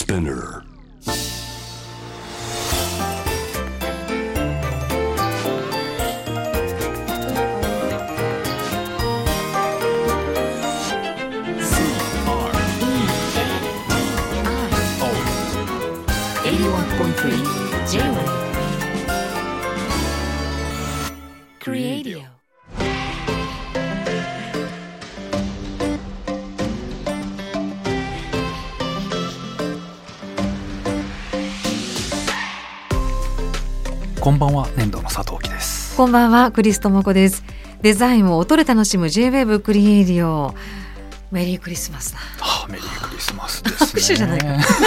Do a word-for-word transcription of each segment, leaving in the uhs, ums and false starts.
Spinner Creadio。 こんばんは、粘土の佐藤貴です。 こんばんは、クリストモコです。デザインを音で楽しむ ジェイウェーブ クリエイディオ。メリークリスマスだ。 はあ、メリークリスマスですね。 拍手じゃないか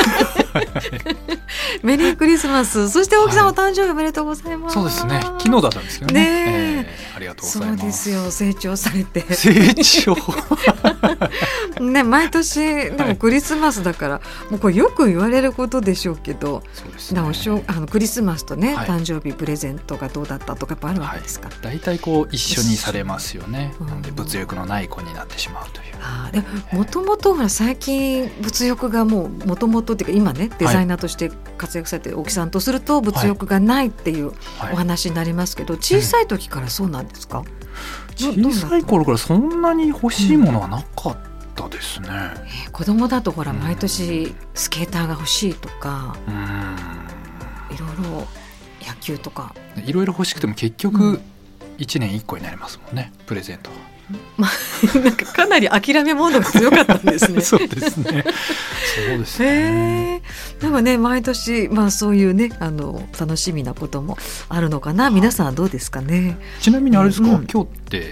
メリークリスマス。そして大木さん、はい、お誕生日おめでとうございます。 そうですね、昨日だったんですけど ね, ね、えー、ありがとうございます。 そうですよ、成長されて成長ね、毎年でもクリスマスだから、はい、もうこれよく言われることでしょうけど、 そうですね、 なおしょあのクリスマスとね、 はい、 誕生日プレゼントがどうだったとかやっぱあるわけですか。 だいたいこう一緒にされますよね、 うん、 なので物欲のない子になってしまうという。 あでもともと最近物欲がもうもともとっていうか今ねデザイナーとして活躍されてる大木さんとすると物欲がないっていうお話になりますけど、小さい時からそうなんですか？ うん、小さい頃からそんなに欲しいものはなかったですね、うんえー、子供だとほら毎年スケーターが欲しいとか、うん、いろいろ野球とかいろいろ欲しくても結局いちねんいっこになりますもんね、プレゼントは。 まあ、なんかかなり諦めモードが強かったんですねそうですねそうですね。 でもね、毎年、まあ、そういうねあの楽しみなこともあるのかな。皆さんはどうですかね。 ちなみにあれですか、うん、今日って、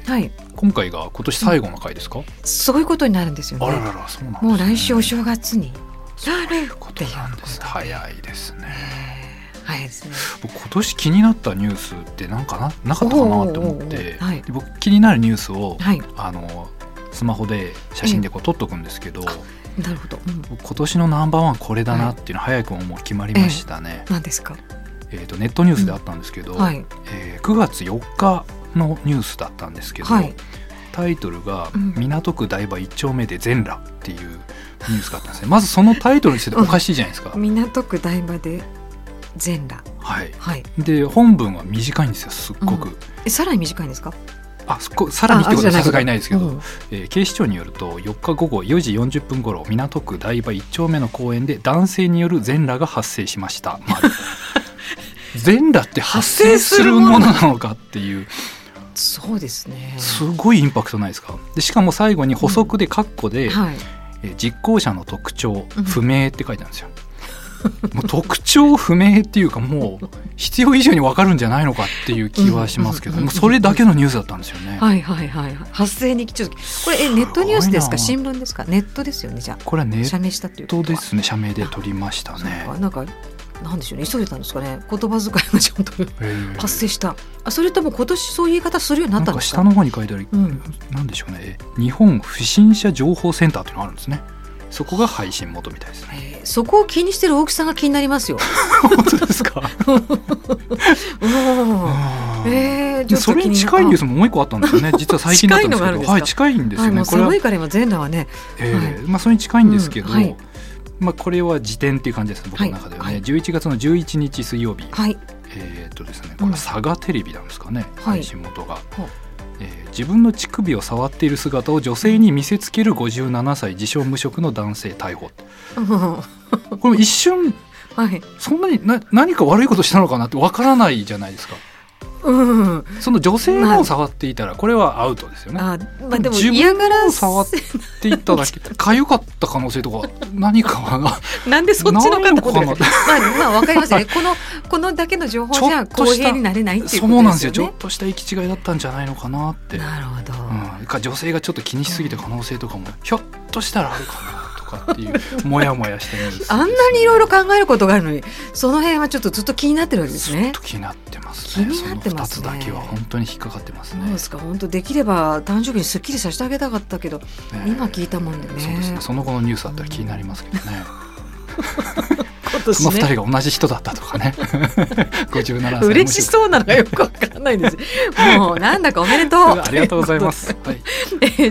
はい、 今回が今年最後の回ですか？うん、 そういうことになるんですよね。 あららら、そうなんですね。 もう来週お正月になることなんです。早いですね。 早いですね。 僕今年気になったニュースってなんか な, なかったかなと思って、 はい、 僕気になるニュースを、 はい、 あのスマホで写真でこう撮っとくんですけど、 えなるほど、うん、 今年のナンバーワンこれだなっていうのは早くももう決まりましたね。 えー、何ですか？ えーと、ネットニュースであったんですけど、うん、はい、えー、くがつよっかのニュースだったんですけど、はい、タイトルが、うん、港区台場いっ丁目で全裸っていうニュースがあったんですね。まずそのタイトルにしてておかしいじゃないですか、うん、 港区台場で全裸、 はいはい、 で本文は短いんですよ、すっごく、うん、 えさらに短いんですか？ あさらにってことはさすがにないですけど、うん、えー、警視庁によるとよっかごごよじよんじゅっぷん頃、港区台場いっ丁目の公園で男性による全裸が発生しました、まあ、全裸って発生するものなのかっていう。 そうですね、 すごいインパクトないですか？でしかも最後に補足で括弧で、うん、はい、えー、実行者の特徴不明って書いてあるんですよ、うん、もう特徴不明っていうか、もう必要以上に分かるんじゃないのかっていう気はしますけど、もうそれだけのニュースだったんですよね。 はいはいはい、発生にちょっとこれえネットニュースですか？新聞ですか？ネットですよね。じゃあこれはネ社名したっていうことですね。社名で撮りましたね。 なんかなんでしょうね、急いでたんですかね。言葉遣いがちゃんと発生した。あ、それとも今年そういう言い方するようになったんですか？ なんか下の方に書いてある、うん、なんでしょうね、日本不審者情報センターっていうのがあるんですね。そこが配信元みたいですね。 えー、そこを気にしてる大木さんが気になりますよ。 本当ですか？えー、ちょっとそれに近いニュースももう一個あったんですよね。実は最近だったんですけど、はい、近いんですよね。はい、もう寒いから今全裸はね、 えーはい、まあ、それに近いんですけど、うん、はい、まあ、これは時点っていう感じですね、僕の中ではね、はい、じゅういちがつのじゅういちにち水曜日、はい、えーっとですね、これ佐賀テレビなんですかね、うん、配信元が、はい、えー、自分の乳首を触っている姿を女性に見せつけるごじゅうななさい自称無職の男性逮捕、うん、これ一瞬、はい、そんなにな何か悪いことしたのかなってわからないじゃないですか。うん、その女性のを触っていたらこれはアウトですよね。あ、まあ、でも自分の触っていただけかゆかった可能性とか何かがなんでそっちのかってことですか。まあ、まあ、分かりますね。このこのだけの情報じゃ公平になれないっていうことですよね。 そうなんですよ。ちょっとした行き違いだったんじゃないのかなって。 なるほど、 うん、か女性がちょっと気にしすぎた可能性とかもひょっとしたらあるかなっていうもやもやしてるんです。 あんなにいろいろ考えることがあるのに、その辺はちょっとずっと気になってるわけですね。 ずっと気になってますね。気になってますね。そのふたつだけは本当に引っかかってますね。 そうですか。本当できれば誕生日にすっきりさせてあげたかったけど、えー、今聞いたもんでね。 そうですね。その後のニュースだったら気になりますけどね。 年、ね、 そのふたりが同じ人だったとかねごじゅうななさい嬉しそうなのがよくわかんないですもうなんだかおめでとうありがとうございます、はい、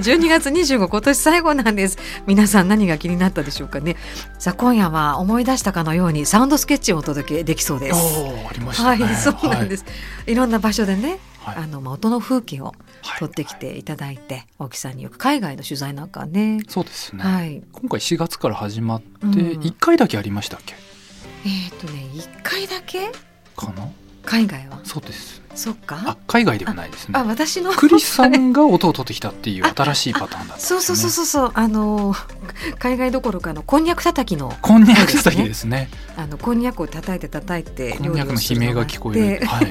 じゅうにがつにじゅうご今年最後なんです。皆さん何が気になったでしょうかね。さあ今夜は思い出したかのようにサウンドスケッチをお届けできそうです。 おありましたね、 はい、そうなんです、はい、いろんな場所でね、 はい、 あのまあ、音の風景を撮ってきていただいて、はいはい、大木さんによく海外の取材なんかね。 そうですね、 はい、 今回しがつから始まっていっかいだけありましたっけ、 うん、えっ、ー、とねいっかいだけかな、 海外は。 そうです。 そっか、 あ海外ではないですね。 ああ私のクリスさんが音を取ってきたっていう新しいパターンだったんですね。 そうそうそうそう、あの海外どころかのこんにゃく叩きの、 こんにゃく叩きですね。 あのこんにゃくを叩いて叩いてこんにゃくの悲鳴が聞こえる、はい、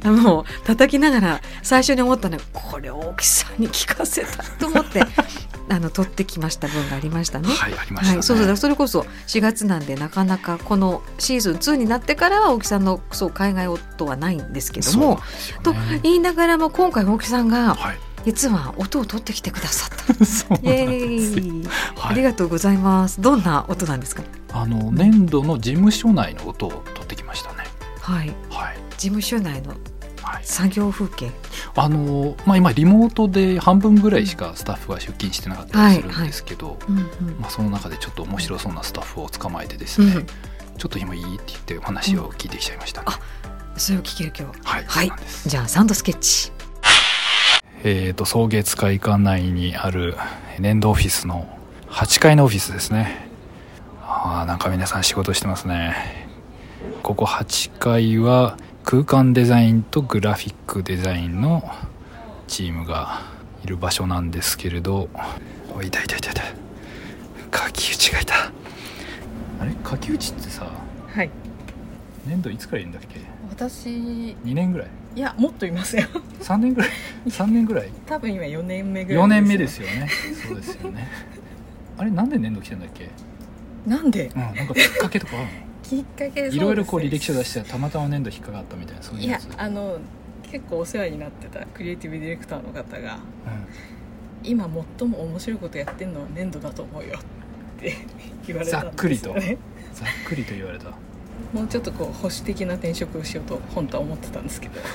もう叩きながら最初に思ったのはこれ大木さんに聞かせたいと思ってあの取ってきました分がありましたね。 はい、ありましたね、 はい、そうそう、それこそしがつなんでなかなかこのシーズンツーになってからは大木さんのそう海外音はないんですけども、と言いながらも今回大木さんが実は音を取ってきてくださった、 そうなんですよ、 はい、ありがとうございます。どんな音なんですか。 あの年度の事務所内の音を取ってきましたね。 はい、はい、事務所内の作業風景、 あのまあ、今リモートで半分ぐらいしかスタッフが出勤してなかったりするんですけど、その中でちょっと面白そうなスタッフを捕まえてですね、うん、ちょっと今いいって言ってお話を聞いてきちゃいました、ね、うん、 あそれを聞ける今日。 はい、はい、そうなんです。 じゃあサウンドスケッチ、 えーと草月会館内にある年度オフィスのはちかいのオフィスですね。あなんか皆さん仕事してますね。ここはちかいは空間デザインとグラフィックデザインのチームがいる場所なんですけれど、おいたいたいたいた柿内がいた。あれ柿内ってさ、 はい、 年度いつからいるんだっけ。 私にねんぐらい。 いやもっといますよさんねんぐらいさんねんぐらい多分今よねんめぐらいよねんめですよね。そうですよねあれなんで年度来てんだっけ。 なんで、 うん、なんかきっかけとかあるのきっかけ、 いろいろこう履歴書出してたまたま年度引っかかったみたいな、そういうやつ。 いやあの結構お世話になってたクリエイティブディレクターの方が、うん、今最も面白いことやってるのは年度だと思うよって言われたんですよね。ざっくりとざっくりと言われた。 もうちょっとこう保守的な転職をしようと本当は思ってたんですけど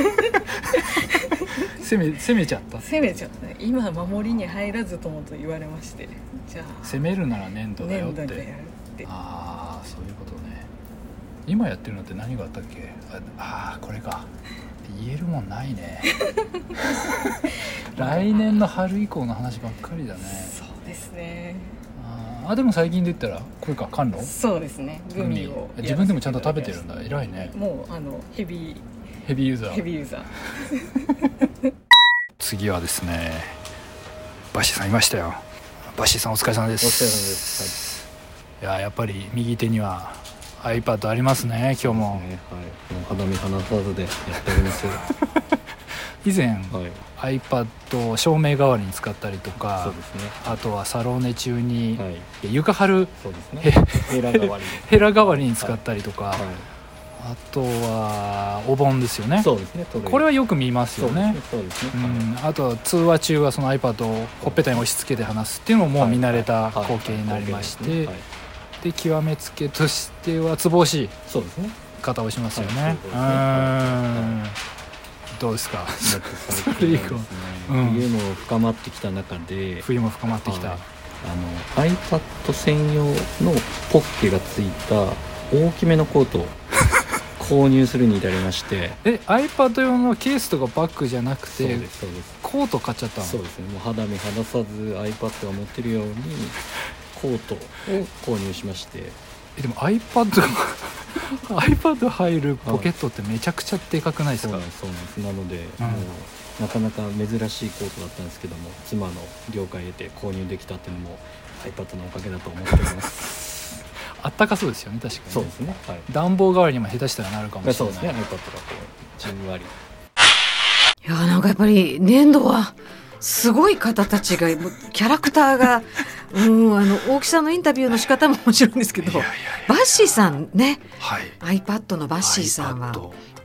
攻め攻めちゃった攻めちゃった、ね、今守りに入らずともと言われまして、じゃあ攻めるなら年度だよって。 年度でやるって。 ああそういうことね。今やってるのって何があったっけ。ああこれか。言えるもんないね来年の春以降の話ばっかりだね。 そうですね。 あでも最近で言ったらこれか甘露。 そうですね、グミを自分でもちゃんと食べてるんだ。偉いね。 もうあのヘビーヘビーユーザーヘビーユーザー次はですねバッシーさんいましたよ。バッシーさんお疲れ様です。 お疲れ様です、 はい、いややっぱり右手には iPad ありますね今日も。 そうですね、はい、もう肌身離さずでやっております以前、 はい、 iPad を照明代わりに使ったりとか、 そうですね、 あとはサローネ中に、はい、床張るそうですね、ヘラ代わりにヘラ代わりに使ったりとか、 はいはい、 あとはお盆ですよね。 そうですね、 これはよく見ますよね。 そうですね、 うん、あとは通話中はその iPad をほっぺたに押し付けて話すっていうのももう見慣れた光景になりまして、で極めつけとしてはつぼ押し方をしますよね。はい、うん、はい、どうですかそれ以降、ね、うん、冬も深まってきた中で冬も深まってきた、 はい、あの iPad 専用のポッケがついた大きめのコートを購入するに至りましてえ iPad 用のケースとかバッグじゃなくてそうですそうですコート買っちゃったの。 そうですね、もう肌身離さず iPad が持ってるようにコートを購入しまして。 えでも iPad がiPad 入るポケットってめちゃくちゃでかくないですか。 そうなんです、そうなんです。なので、うん、もうなかなか珍しいコートだったんですけども、妻の了解を得て購入できたっていうのも iPad のおかげだと思っておりますあったかそうですよね、確かに。 そうですね、はい、 暖房代わりにも下手したらなるかもしれない。 そうですね、iPad がこうじんわり。 いやなんかやっぱり粘土はすごい方たちがキャラクターがうんあの大木さんのインタビューの仕方も面白いんですけど、いやいやいやバッシーさんね、はい、iPad のバッシーさんは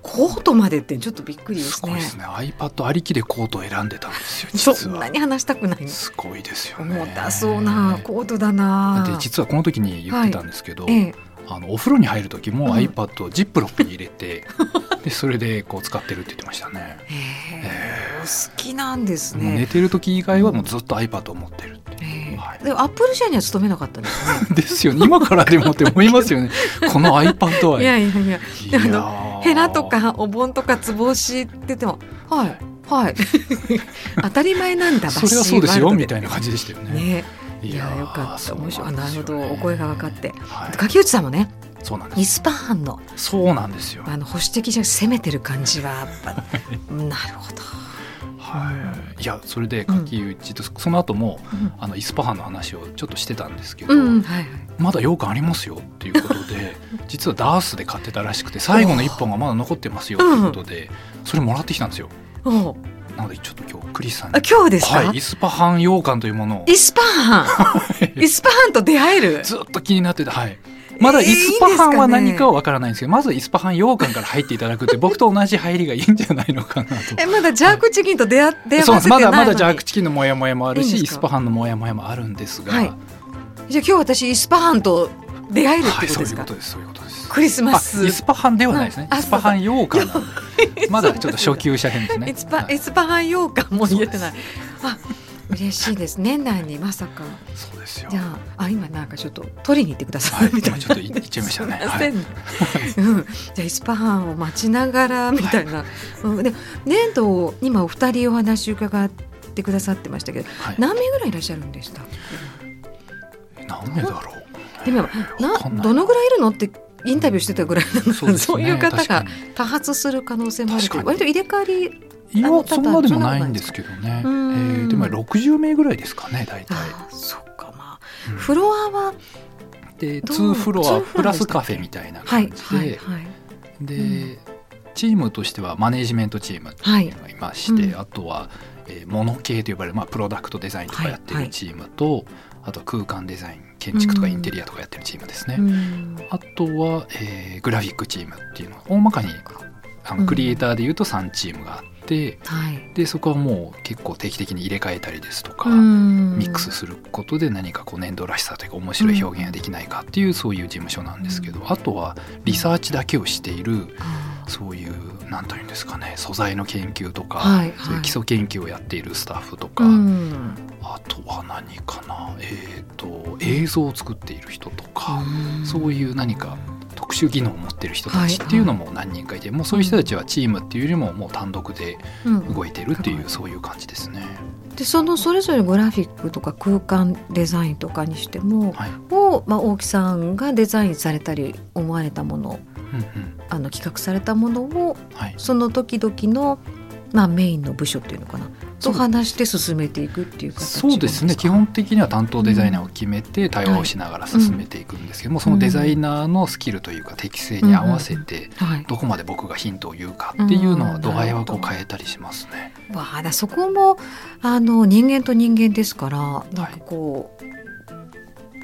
コートまでってちょっとびっくりですね。 すごいですね。 iPad ありきでコートを選んでたんですよ実は。 そんなに話したくない。 すごいですよね。 重たそうなコートだな。 で実はこの時に言ってたんですけど、 はいええ、 あのお風呂に入る時も iPad をジップロックに入れて、うん、でそれでこう使ってるって言ってましたね。 えー、好きなんですね。 もう寝てる時以外はもうずっと iPad を持ってるっていう、 えーはい、でもアップル社には勤めなかったんですね。 ですよね。今からでもって思いますよねこの iPad は。 いやいやいや、いやあのヘラとかお盆とかつぼ押しって言ってもはいはい当たり前なんだ。 それはそうですよみたいな感じでしたよね。 ね、いやよかった。面白い。なるほど、お声が分かって、はい、柿内さんもね、 そうなんです。 イスパハンのそうなんですよ。 あの保守的じゃ攻めてる感じはやっぱなるほど。 はい、いやそれで柿内と、うん、その後も、うん、あのイスパハンの話をちょっとしてたんですけど、うんはいはい、まだ羊羹ありますよっていうことで実はダースで買ってたらしくて最後のいっぽんがまだ残ってますよっていうことで、うん、それもらってきたんですよ。なのでちょっと今日クリスさんに、 あ今日ですか、 はい、イスパハン羊羹というものをイスパハンイスパハンと出会えるずっと気になってて、はい、まだイスパハンは何かは分からないんですけど、えーいいんですかね、まずイスパハン羊羹から入っていただくって僕と同じ入りがいいんじゃないのかなと。 えまだジャークチキンと出会って、はい、 そうです。まだまだジャークチキンのモヤモヤもあるし、いいイスパハンのモヤモヤもあるんですが、はい、 じゃあ今日私イスパハンと出会えるってことですか。 はい、そういうことです。そういうことです。 クリスマスイスパハンではないですね、うん、イスパハン羊羹なんでまだちょっと初級者編ですね。 イスパ、はい、イスパハン羊羹も言えてない。あ嬉しいです。年内にまさか。 そうですよ。 じゃあ、あ今なんかちょっと取りに行ってください、はい、みたいな。 ちょっと言っちゃいましたね。 はい、うん、じゃあイスパハンを待ちながらみたいな。はいうん、で年度今お二人お話伺ってくださってましたけど、はい、何名ぐらいいらっしゃるんでした。 何名だろう。 でもなどのぐらいいるのってインタビューしてたぐらいなので、そうですね、そういう方が多発する可能性もあるけど、割と入れ替わり。 いやそんなでもないんですけどね。えー、でもろくじゅうめいぐらいですかね大体。 あそっか、まあうん、フロアはでにフロアプラスカフェみたいな感じで、はいはいはい、で、うん、チームとしてはマネジメントチームっていうのがいまして、はいうん、あとは、えー、モノ系と呼ばれる、まあ、プロダクトデザインとかやってるチームと、はいはい、あとは空間デザイン建築とかインテリアとかやってるチームですね、うん、あとは、えー、グラフィックチームっていうのは大まかにあのクリエイターでいうとさんチームがあって、うんはい、でそこはもう結構定期的に入れ替えたりですとかミックスすることで何かこう年度らしさというか面白い表現ができないかっていう、そういう事務所なんですけど、あとはリサーチだけをしているそういう何というんですかね、素材の研究とか、はいはい、そういう基礎研究をやっているスタッフとか、あとは何かな、えーと、映像を作っている人とか、そういう何か特殊技能を持っている人たちっていうのも何人かいて、はいはい、もうそういう人たちはチームっていうよりももう単独で動いてるっていう、うん、そういう感じですね。 でそのそれぞれグラフィックとか空間デザインとかにしても、はい、を、まあ、大木さんがデザインされたり思われたもの、うんうん、あの企画されたものを、はい、その時々の、まあ、メインの部署っていうのかなと話して進めていくっていう形ですか。 そうですね、基本的には担当デザイナーを決めて対話をしながら進めていくんですけども、はいうん、そのデザイナーのスキルというか適性に合わせてどこまで僕がヒントを言うかっていうのは度合いはこう変えたりしますね。 わあ、だそこもあの人間と人間ですから、なんかこう、はい、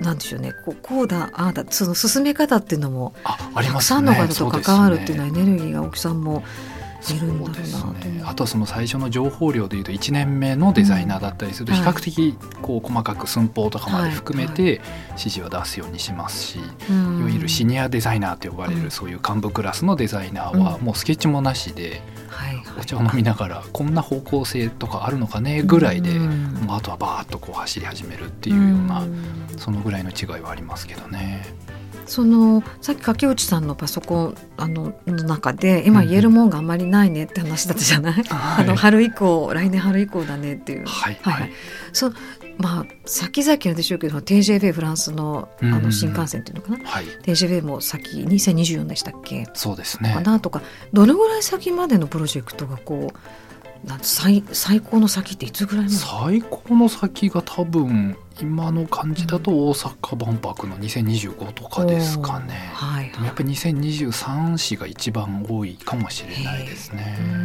なんでしょうね、こう、こうだああだ、その進め方っていうのもあありますね。 たくさんの方と関わるっていうのはエネルギーが大木さんもいるんだろうなと。 そうですね、あとはその最初の情報量でいうといちねんめのデザイナーだったりすると比較的こう細かく寸法とかまで含めて指示を出すようにしますし、いわゆるシニアデザイナーと呼ばれるそういう幹部クラスのデザイナーはもうスケッチもなしでお茶を飲みながらこんな方向性とかあるのかねぐらいで、もうあとはバーッとこう走り始めるっていうような、そのぐらいの違いはありますけどね。 そのさっき柿内さんのパソコンあのの中で今言えるもんがあんまりないねって話だったじゃない、うん、あの春以降来年春以降だねっていう、 はいはいはい、 そまあ先々なんでしょうけど ティージェービー フランス の, あの新幹線っていうのかな、うんうんはい、ティージェービー も先にせんにじゅうよんでしたっけ。 そうですねかなとか、どのぐらい先までのプロジェクトがこうなん最, 最高の先っていつぐらいまで。 最高の先が多分今の感じだと大阪万博のにせんにじゅうごとかですかね、はいはい、でもやっぱりにせんにじゅうさん市が一番多いかもしれないですね。うん、うん、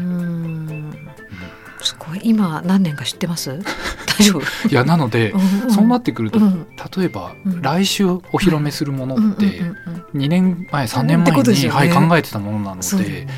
すごい。今何年か知ってます大丈夫いやなので、うんうん、そうなってくると、うん、例えば、うん、来週お披露目するものってにねんまえさんねんまえに、はい、考えてたものなので、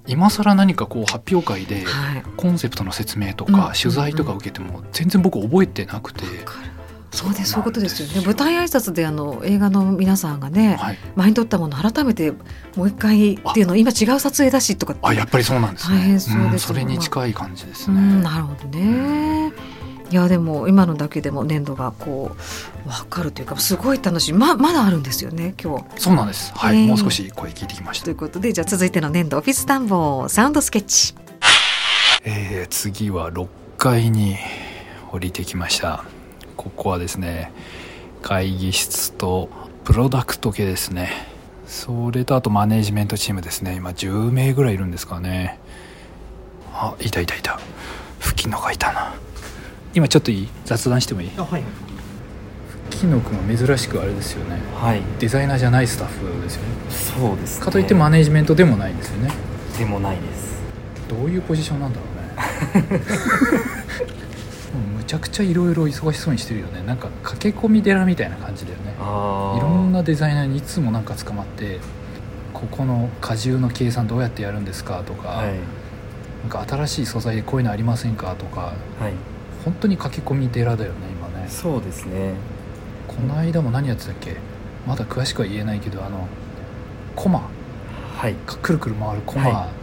今更何かこう発表会でコンセプトの説明とか取材とか受けても全然僕覚えてなくて、 そうです、そういうことですよね。舞台挨拶であの映画の皆さんがね、はい、前に撮ったものを改めてもう一回っていうの今違う撮影だしとかって、 あ、やっぱりそうなんですね。 大変そうです、 うん、それに近い感じですね。 うん、なるほどね。いやでも今のだけでも粘土がこう分かるというかすごい楽しい。 ま, まだあるんですよね今日。 そうなんです、はい、えー、もう少し声聞いてきました。 ということで、じゃあ続いての粘土オフィス探訪サウンドスケッチ、 えー、次はろっかいに降りてきました。ここはですね、会議室とプロダクト系ですね。それとあとマネージメントチームですね。今じゅうめいぐらいいるんですかね。あ、いたいたいた、吹野がいたな。今ちょっといい雑談してもいい？ あ、はい。 吹野くんは珍しくあれですよね、 はい、 デザイナーじゃないスタッフですよね。 そうですね。 かといってマネージメントでもないんですよね。 でもないです。 どういうポジションなんだろうねむちゃくちゃいろいろ忙しそうにしてるよね。なんか駆け込み寺みたいな感じだよね。 あ、 いろんなデザイナーにいつもなんか捕まって、ここの荷重の計算どうやってやるんですかとか、はい、なんか新しい素材でこういうのありませんかとか、はい、本当に駆け込み寺だよね今ね。 そうですね。 この間も何やってたっけ、まだ詳しくは言えないけど、あのコマ、はい、くるくる回るコマ、はい、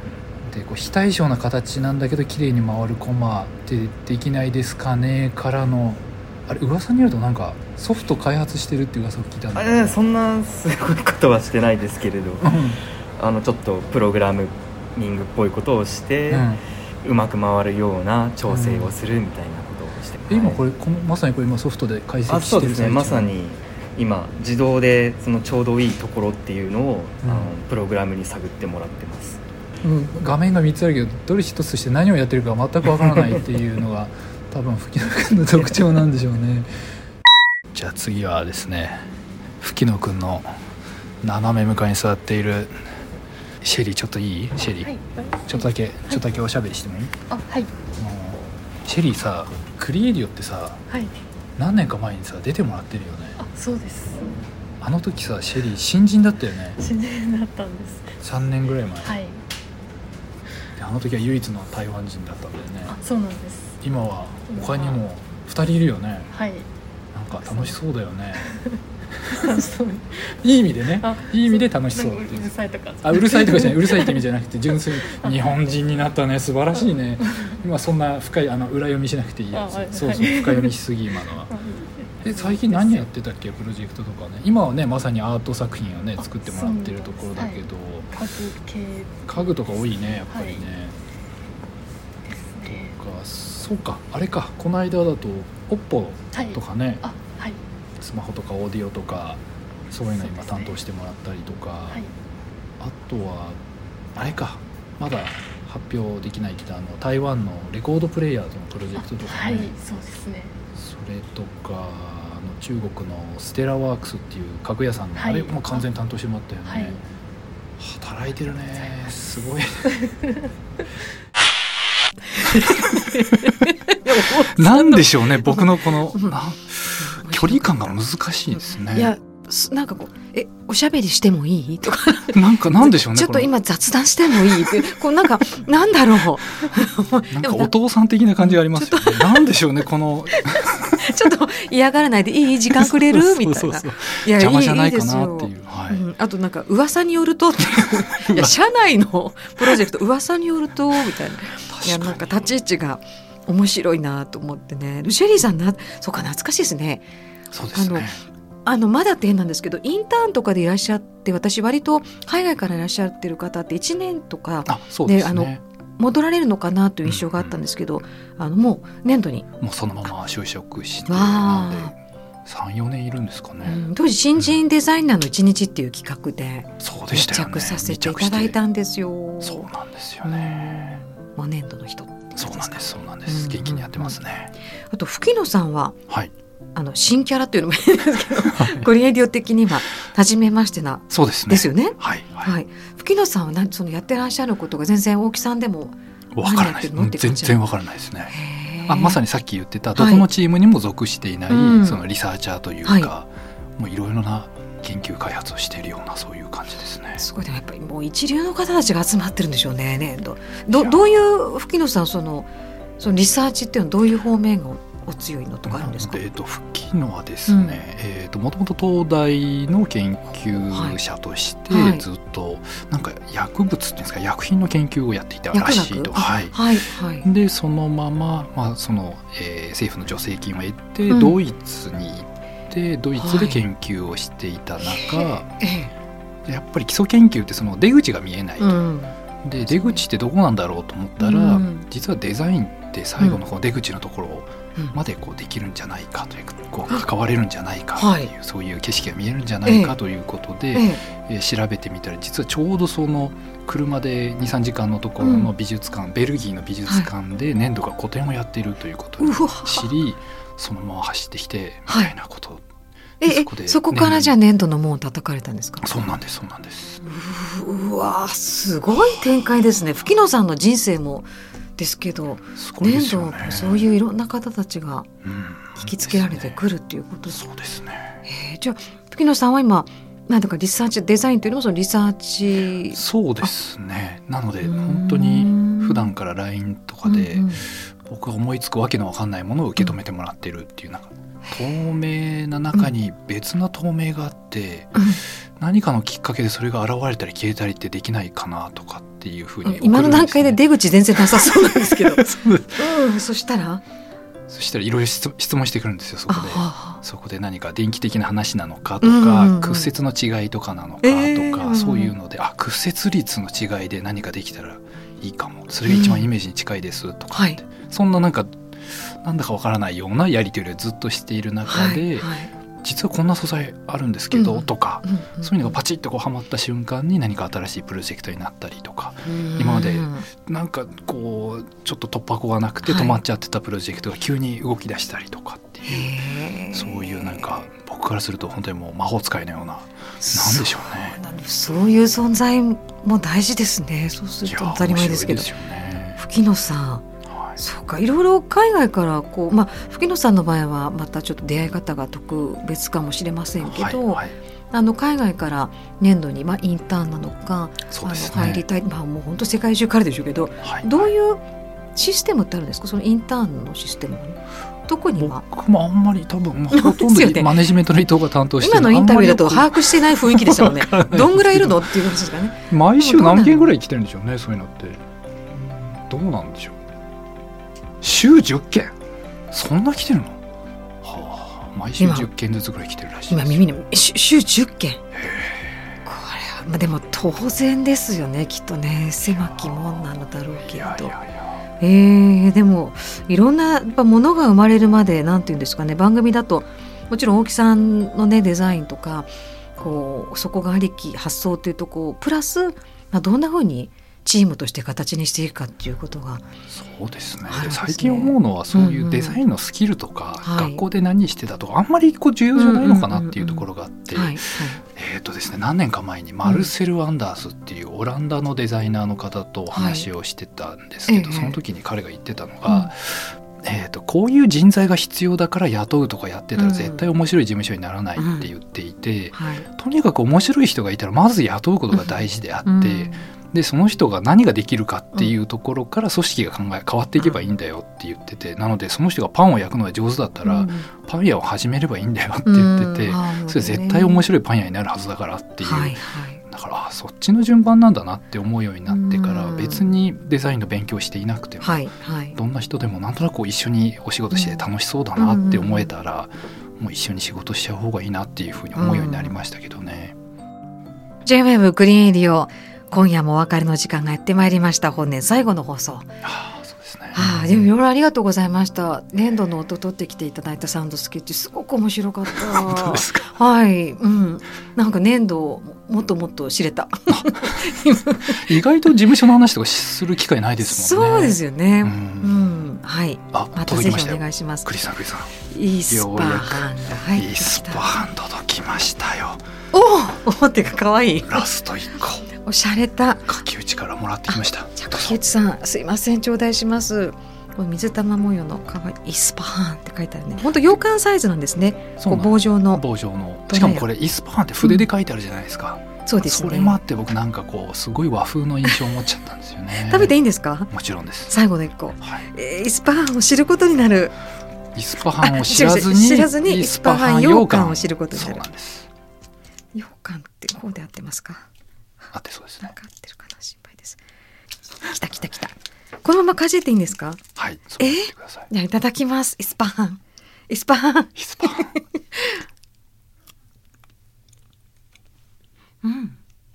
でこう非対称な形なんだけど綺麗に回るコマってできないですかねからの、あれ噂によるとなんかソフト開発してるって噂を聞いたんだけど、 あ、そんなすごいことはしてないですけれどあのちょっとプログラミングっぽいことをして、うん、うまく回るような調整をするみたいなことをして、 うん、今これこのまさにこれ今ソフトで解析してる。 あ、そうですね、まさに今自動でそのちょうどいいところっていうのを、うん、あのプログラムに探ってもらってます。 うん、画面がみっつあるけどどれ一つとして何をやってるか全くわからないっていうのが多分吹野くんの特徴なんでしょうねじゃあ次はですね、吹野くんの斜め向かいに座っているシェリー、ちょっといい？シェリー、はい、ちょっとだけ、はい、ちょっとだけおしゃべりしてもいい？ あ、はい。 シェリーさ、クリエイディオってさ、はい、何年か前にさ出てもらってるよね。 あ、そうです。 あの時さ、シェリー新人だったよね。 新人だったんです。 さんねんぐらい前。 はい。 あの時は唯一の台湾人だったんだよね。 あ、そうなんです。 今は他にもふたりいるよね。 はい。 なんか楽しそうだよねいい意味でね、いい意味で楽しそうっていう。 うるさいとか、 あ、うるさいとかじゃない、うるさいって意味じゃなくて純粋に日本人になったね、素晴らしいね今そんな深いあの裏読みしなくていいやつ、そうそう、深読みしすぎ今のはえ、最近何やってたっけ、プロジェクトとかね。今はねまさにアート作品をね作ってもらってるところだけど、 家具系、 家具とか多いねやっぱりね、 はい、ですね。 とか、そうか、あれか、この間だと オッポ とかね、はい、 あ、はい、 スマホとかオーディオとかそういうの今担当してもらったりとか、はい、あとはあれか、まだ発表できないけど、あの台湾のレコードプレイヤーズのプロジェクトとかね、 はい、そうですね。 それとか、あの中国のステラワークスっていう家具屋さんの、はい、あれも完全担当してもらったよね、はい、働いてるね、すごいなんでしょうね、僕のこの距離感が難しいですね。 いや、なんかこう、え、おしゃべりしてもいいとかなんかなんでしょうね、 ちょっと今雑談してもいいってこう、なんかなんだろうなんかお父さん的な感じがありますよね。なんでしょうね、このちょっと嫌がらないでいい時間くれるみたいな、 そうそうそう、いや、邪魔じゃないかなっていう、はい、うん、 あとなんか噂によるとっていういや、社内のプロジェクト噂によるとみたいな、いや、なんか立ち位置が面白いなと思ってね。シェリーさんな、そうか、懐かしいですね。 そうですね。 あのあのまだって変なんですけど、インターンとかでいらっしゃって、私割と海外からいらっしゃってる方っていちねんとかあ、そうですね、 あの戻られるのかなという印象があったんですけど、うんうん、あのもう年度にもうそのまま就職してなんでさん、よねんいるんですかね、 うん、当時新人デザイナーのいちにちっていう企画で密着させていただいたんですよ。 そうなんですよね、 うん、もう年度の人、 そうなんです、そうなんです、元気にやってますね。 あと吹野さんは、 はい、 あの新キャラというのもいいんですけどクリエイティブ的には初めましてな、 そうですね、 ですよね。 はいはいはい、 吹野さんは何そのやってらっしゃることが全然大木さんでも分からないです、全然分からないですね。あ、まさにさっき言ってたどこのチームにも属していない、はい、そのリサーチャーというか、はい、もういろいろな研究開発をしているようなそういう感じですね。 すごい。でもやっぱりもう一流の方たちが集まってるんでしょうね。ねどどどういう吹野さんそのそのリサーチっていうのはどういう方面がお強いのとかあるんですか？ えー、と吹野はですね、うんえー、ともともと東大の研究者としてずっとなんか薬物っていうんですか薬品の研究をやっていたらしいと、はいはいはい、でそのまま、まあそのえー、政府の助成金を得て、うん、ドイツに行ってドイツで研究をしていた中、はい、やっぱり基礎研究ってその出口が見えないと、うん、で出口ってどこなんだろうと思ったら、うん、実はデザインって最後のこの出口のところをまでこうできるんじゃないかという、こう関われるんじゃないかっていう、はい、そういう景色が見えるんじゃないかということで、えええー、調べてみたら実はちょうどその車で にさんじかんのところの美術館、うん、ベルギーの美術館で粘土が個展をやっているということを知り、はい、そのまま走ってきてみたいなことを、はいえそこでそこからじゃあ粘土の門を叩かれたんですか？ そうなんですそうなんです。 う, うわすごい展開ですね。吹野さんの人生もですけどすごいですよね、 粘土そういういろんな方たちが引きつけられてくるっていうことです、 うん、そうですね。 えー、じゃあ吹野さんは今なんだかリサーチデザインというのもそのリサーチそうですね。なので本当に普段から ライン とかで僕が思いつくわけのわかんないものを受け止めてもらってるっていうなんか透明な中に別な透明があって、うん、何かのきっかけでそれが現れたり消えたりってできないかなとかっていうふうに、ね、 今の段階で出口全然なさそうなんですけどうん、そしたらそしたらいろいろ質問してくるんですよ。そこでそこで何か電気的な話なのかとか、うんうんうん、屈折の違いとかなのかとか、えー、そういうのであ屈折率の違いで何かできたらいいかもそれが一番イメージに近いですとかって、うんはい、そんななんかなんだかわからないようなやり取りをずっとしている中で、はいはい、実はこんな素材あるんですけど、うん、とか、うんうん、そういうのがパチッとこうはまった瞬間に何か新しいプロジェクトになったりとか、今までなんかこうちょっと突破口がなくて止まっちゃってたプロジェクトが急に動き出したりとかっていう、はい、そういうなんか僕からすると本当にもう魔法使いのようななんでしょうね。 そういう存在も大事ですね。そうすると当たり前ですけど、 ね、 吹野さんそうかいろいろ海外からこう、まあ、吹野さんの場合はまたちょっと出会い方が特別かもしれませんけど、はいはい、あの海外から粘土に、まあ、インターンなのか、 そうですね、 あの入りたい、まあ、もう本当世界中からでしょうけど、はい、どういうシステムってあるんですか？そのインターンのシステムは、ね、特には僕もあんまり多分、まあ、ほとんどマネジメントの伊藤が担当してる今のインタビューだと把握してない雰囲気でしたもんねどんぐらいいるのっていう話ですかね。 毎週何件ぐらい来てるんでしょうね。そういうのってどうなんでしょう。週じゅっけんそんな来てるの、はあ、毎週じゅっけんずつぐらい来てるらしいです。 今耳に週じゅっけんこれは、まあ、でも当然ですよねきっとね狭き門なのだろうけど、いやいやいや、えー、でもいろんなやっぱものが生まれるまでなんていうんですかね、番組だともちろん大木さんのねデザインとかこうそこがありき発想というとこうプラス、まあ、どんな風にチームとして形にしていくかっていうことがそうですね。最近思うのはそういうデザインのスキルとか、うんうん、学校で何してたとか、はい、あんまりこう重要じゃないのかなっていうところがあってえっとですね何年か前にマルセル・アンダースっていうオランダのデザイナーの方とお話をしてたんですけど、はい、その時に彼が言ってたのが、うんえー、とこういう人材が必要だから雇うとかやってたら絶対面白い事務所にならないって言っていて、うんはい、とにかく面白い人がいたらまず雇うことが大事であって、うんうんでその人が何ができるかっていうところから組織が考え変わっていけばいいんだよって言ってて、なのでその人がパンを焼くのが上手だったら、うん、パン屋を始めればいいんだよって言ってて、うん、それ絶対面白いパン屋になるはずだからっていう、はいはい、だからあそっちの順番なんだなって思うようになってから、うん、別にデザインの勉強していなくても、はいはい、どんな人でもなんとなく一緒にお仕事して楽しそうだなって思えたら、うん、もう一緒に仕事しちゃう方がいいなっていうふうに思うようになりましたけどね。 うん、ジェイウェーブ グリーンエディオ今夜もお別れの時間がやってまいりました。本年最後の放送。 ああ、そうですね。 ああ、でもいろいろありがとうございました。粘土の音取ってきていただいたサウンドスケッチすごく面白かった。 本当ですか。 はい、うん。なんか粘土をもっともっと知れた。 意外と事務所の話とかする機会ないですもんね。 そうですよね。うん。 うんうん、はい。 あ、 またぜひお願いします。 クリさん、クリさん。 イースパーハンが入ってきた。 イースパーハン届きましたよ。 おお、ってか可愛い。 ラストいっこ。 おしゃれた柿内からもらってきました。 じゃあ柿内さんすいません頂戴します。 この水玉模様のかわいいイスパハンって書いてあるね。本当洋館サイズなんですね。こう棒状の棒状の、しかもこれイスパハンって筆で書いてあるじゃないですか、 うん、そうですね。 それもあって僕なんかこうすごい和風の印象を持っちゃったんですよね食べていいんですか？ もちろんです。 最後の一個、 はい、 えー、イスパハンを知ることになる。 イスパハンを知らずに知らずにイスパハン羊羹を知ることになる。 そうなんです。 羊羹ってこうで合ってますか？ 合ってそうですね。 なんか合ってるかな、心配です。きたきたきた。このままかじっていいんですか？ はい、そうやってください。 じゃあいただきます。イスパハンイスパハンイスパハンうん、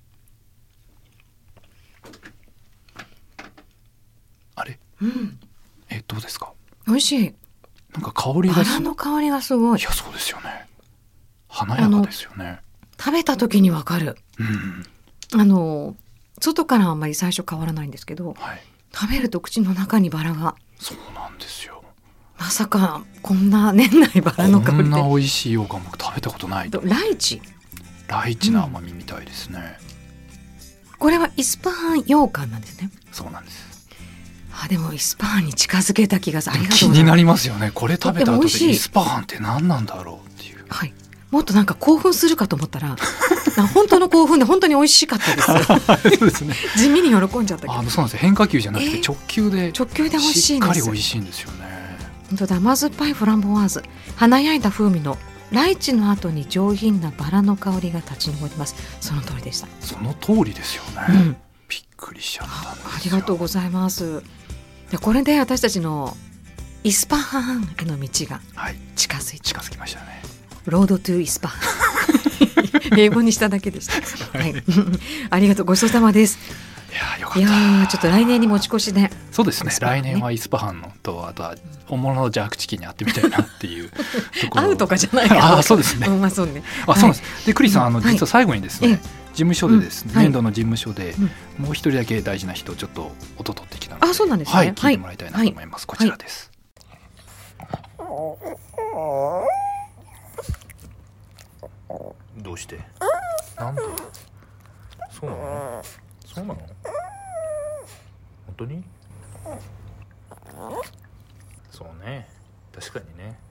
あれ、 うん、 えどうですか？ 美味しい。 なんか香りがバラの香りがすごい。 いやそうですよね。華やかですよね。 食べた時にわかる、うん、あの外からあんまり最初変わらないんですけど、はい、食べると口の中にバラが。 そうなんですよ。 まさかこんな年内バラの香りでこんな美味しい羊羹僕食べたことないと。 ライチライチの甘みみたいですね、 うん、これはイスパハン羊羹なんですね。 そうなんです。 あ、でもイスパハンに近づけた気がする。ありがとう気になりますよね。これ食べた後でイスパハンって何なんだろうっていう、 はい、もっとなんか興奮するかと思ったら本当の興奮で本当に美味しかったですそうですね。 地味に喜んじゃったけど。 あのそうなんですよ。変化球じゃなくて直球で、 直球で美味しいんです。 しっかり美味しいんですよね。 本当だ。甘酸っぱいフランボワーズ、華やいだ風味のライチの後に上品なバラの香りが立ち上ります。その通りでした。 その通りですよね、うん、びっくりしちゃったんですよ。 あ, ありがとうございます。でこれで私たちのイスパハンへの道が近づいて、はい、 近づきましたね。 ロードトゥイスパハン英語にしただけでした、はい、ありがとう。ごちそうさまです。 いやよかった。 いやちょっと来年に持ち越しで。 そうですね、来年はイスパハンのとあとは本物のジャークチキンに会ってみたいなっていうところ会うとかじゃないかあそうですね、 うん、まあそうね。 あそうです、はい、でクリスさん、あの実は最後にですね、はい、事務所でですね、うん、年度の事務所で、うん、もう一人だけ大事な人をちょっと音取ってきたので、 あそうなんですね、 はい、聞いてもらいたいなと思います、はい、こちらです、 はい、どうしてなんでそうなのそうなの本当にそうね、確かにね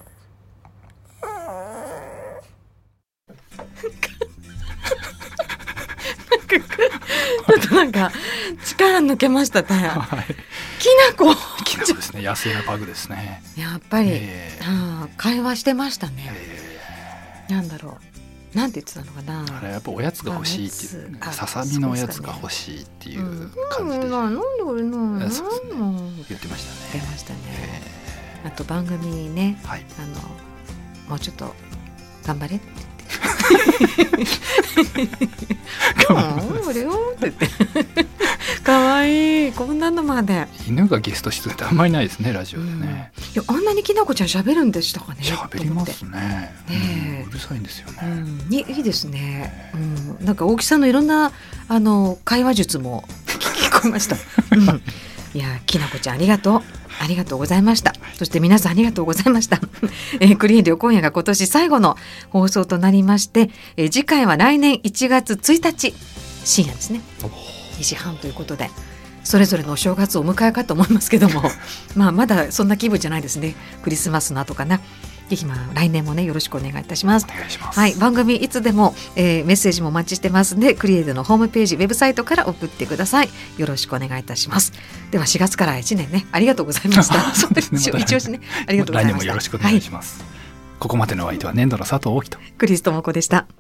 ちょっとなんか力抜けましたね、はい、きなこきなこですね。野生のパグですね。 やっぱり、えー、あ会話してましたね、えー、なんだろう、なんて言ってたのかな。 あれやっぱおやつが欲しいっていう、ささみのおやつが欲しいっていう感じで、 うん、なんで俺の言ってましたね。 言ってましたね、 えー、 あと番組にね、はい、あのもうちょっと頑張れって言って頑張れよって言ってかわいい、こんなのまで。 犬がゲスト出演ってあんまりないですね、ラジオでね、うん、いやあんなにきなこちゃん喋るんでしたかね。 喋りますね、ね、うん、うるさいんですよね、うん、 い, いいですね、うん、なんか大木さんのいろんなあの会話術も聞こえました、うん、いやきなこちゃんありがとうありがとうございました。そして皆さんありがとうございました、えー、クリエイディオ今夜が今年最後の放送となりまして、えー、次回は来年いちがつついたち深夜ですね、にじはんということでそれぞれのお正月をお迎えかと思いますけどもまあまだそんな気分じゃないですね。クリスマスの後かな。ぜひまあ来年もねよろしくお願いいたします。 お願いします。 はい、番組いつでも、えー、メッセージもお待ちしてますのでクリエイトのホームページウェブサイトから送ってください。よろしくお願いいたします。ではしがつからいちねんねありがとうございましたそうですね、 一応しねありがとうございました。 来年もよろしくお願いします、はい、ここまでのお相手は年度の佐藤大樹とクリス智子でした。